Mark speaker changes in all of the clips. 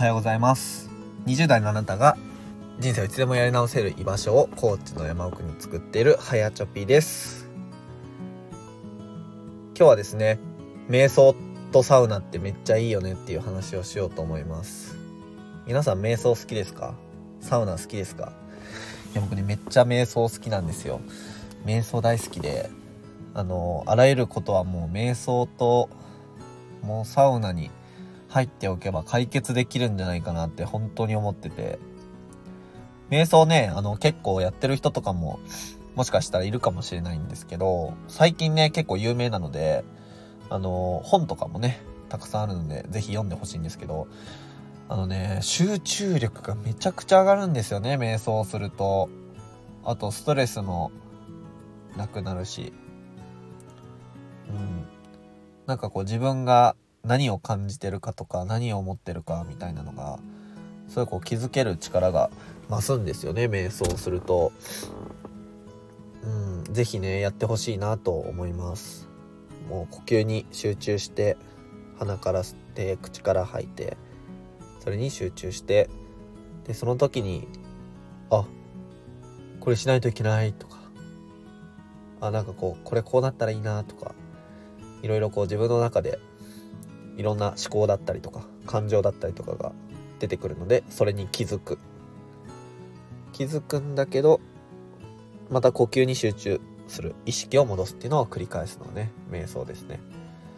Speaker 1: はようございます。20代のあなたが人生をいつでもやり直せる居場所を高知の山奥に作っているはやちょぴです。今日はですね、瞑想とサウナってめっちゃいいよねっていう話をしようと思います。皆さん瞑想好きですか？サウナ好きですか？いや僕ね、めっちゃ瞑想好きなんですよ。瞑想大好きで、あらゆることはもう瞑想ともうサウナに入っておけば解決できるんじゃないかなって本当に思ってて、瞑想ね、結構やってる人とかももしかしたらいるかもしれないんですけど、最近ね結構有名なので、本とかもねたくさんあるのでぜひ読んでほしいんですけど、集中力がめちゃくちゃ上がるんですよね、瞑想すると。あとストレスもなくなるし、なんかこう自分が何を感じてるかとか何を思ってるかみたいなのがそういうこう気づける力が増すんですよね、瞑想すると。ぜひねやってほしいなと思います。もう呼吸に集中して、鼻から吸って口から吐いて、それに集中して、でその時にこれしないといけないとか、なんかこれこうなったらいいなとか、いろいろこう自分の中でいろんな思考だったりとか感情だったりとかが出てくるので、それに気づくんだけど、また呼吸に集中する、意識を戻すっていうのを繰り返すのがね瞑想ですね。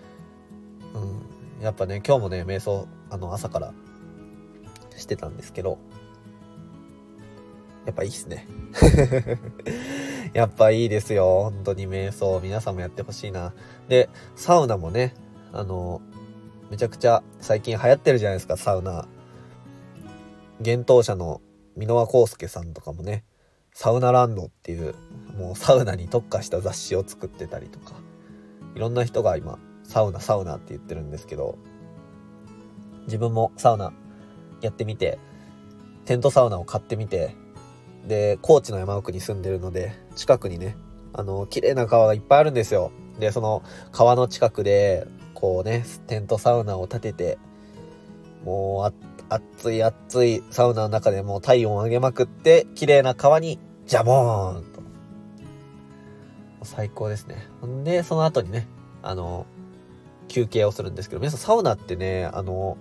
Speaker 1: やっぱね今日もね瞑想朝からしてたんですけど、やっぱいいっすねやっぱいいですよ、本当に瞑想皆さんもやってほしいな。でサウナもねめちゃくちゃ最近流行ってるじゃないですか、サウナ。幻冬舎の箕輪康介さんとかもね、サウナランドっていうもうサウナに特化した雑誌を作ってたりとか、いろんな人が今サウナって言ってるんですけど、自分もサウナやってみて、テントサウナを買ってみて、で高知の山奥に住んでるので近くにね綺麗な川がいっぱいあるんですよ。でその川の近くでこうねテントサウナを建てて、もう暑いサウナの中でもう体温を上げまくって、綺麗な川にジャボーンと最高ですね。でその後にね休憩をするんですけど、皆さんサウナってねあ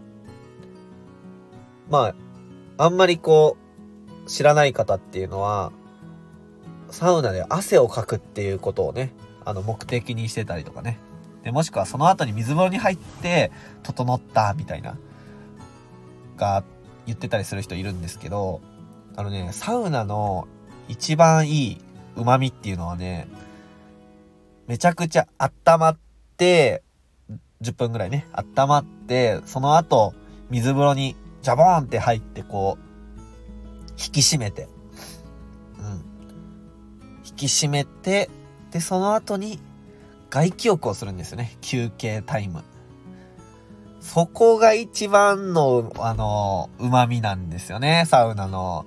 Speaker 1: んまりこう知らない方っていうのは、サウナで汗をかくっていうことをね目的にしてたりとかね、でもしくはその後に水風呂に入って整ったみたいなが言ってたりする人いるんですけど、サウナの一番いい旨味っていうのはね、めちゃくちゃ温まって、10分ぐらいね温まって、その後水風呂にジャボーンって入ってこう引き締めて、でその後に外気浴をするんですよね、休憩タイム。そこが一番の旨味なんですよね、サウナの。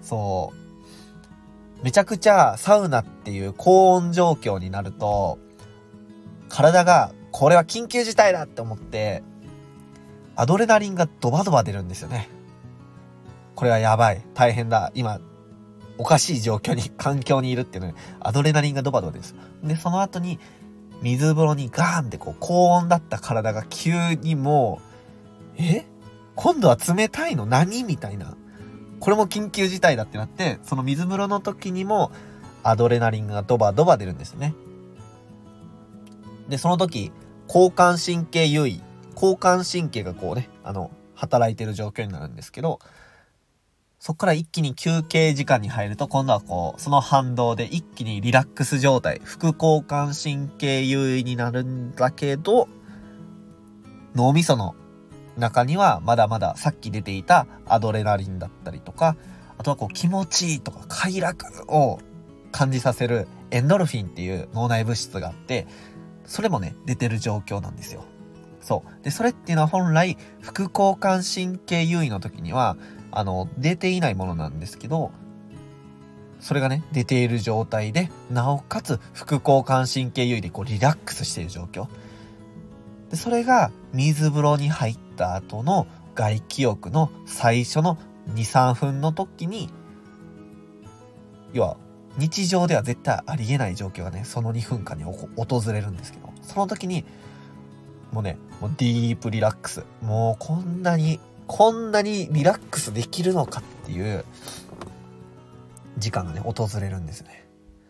Speaker 1: めちゃくちゃサウナっていう高温状況になると、体がこれは緊急事態だって思ってアドレナリンがドバドバ出るんですよね。これはやばい、大変だ、今おかしい環境にいるっていうのにアドレナリンがドバドバです。でその後に水風呂にガーンってこう高温だった体が急にもう今度は冷たいの何みたいな、これも緊急事態だってなって、その水風呂の時にもアドレナリンがドバドバ出るんですね。でその時交感神経がこうね働いてる状況になるんですけど、そっから一気に休憩時間に入ると、今度はこうその反動で一気にリラックス状態、副交感神経優位になるんだけど、脳みその中にはまだまださっき出ていたアドレナリンだったりとか、あとはこう気持ちいいとか快楽を感じさせるエンドルフィンっていう脳内物質があって、それもね出てる状況なんですよ。でそれっていうのは本来副交感神経優位の時には出ていないものなんですけど、それがね出ている状態で、なおかつ副交感神経優位でこうリラックスしている状況で、それが水風呂に入った後の外気浴の最初の2、3分の時に、要は日常では絶対ありえない状況がね、その2分間に訪れるんですけど、その時にもうディープリラックス、もうこんなにリラックスできるのかっていう時間がね訪れるんですね。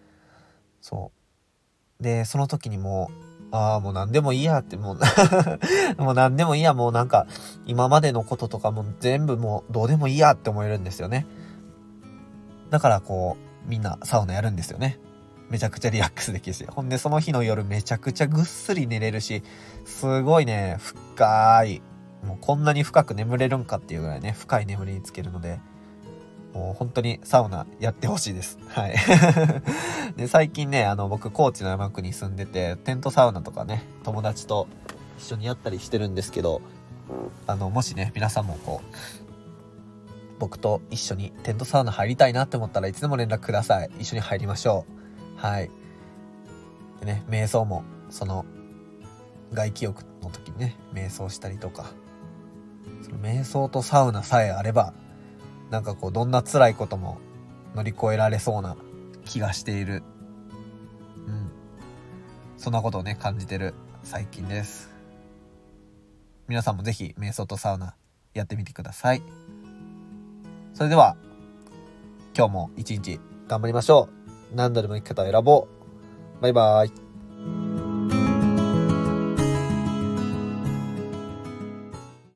Speaker 1: そうで、その時にもう何でもいいやって、もうもう何でもいいや、もうなんか今までのこととかも全部もうどうでもいいやって思えるんですよね。だからみんなサウナやるんですよね。めちゃくちゃリラックスできるし、ほんでその日の夜めちゃくちゃぐっすり寝れるし、すごいね、深い、もうこんなに深く眠れるんかっていうぐらいね、深い眠りにつけるので、もう本当にサウナやってほしいです。はい。で、最近ね、僕高知の山奥に住んでて、テントサウナとかね、友達と一緒にやったりしてるんですけど、もしね、皆さんも僕と一緒にテントサウナ入りたいなって思ったらいつでも連絡ください。一緒に入りましょう。はい。でね、瞑想も、その、外気浴の時にね、瞑想したりとか、その瞑想とサウナさえあれば、なんかどんな辛いことも乗り越えられそうな気がしている。そんなことをね、感じてる最近です。皆さんもぜひ瞑想とサウナやってみてください。それでは、今日も一日頑張りましょう。何度でも生き方を選ぼう。バイバイ。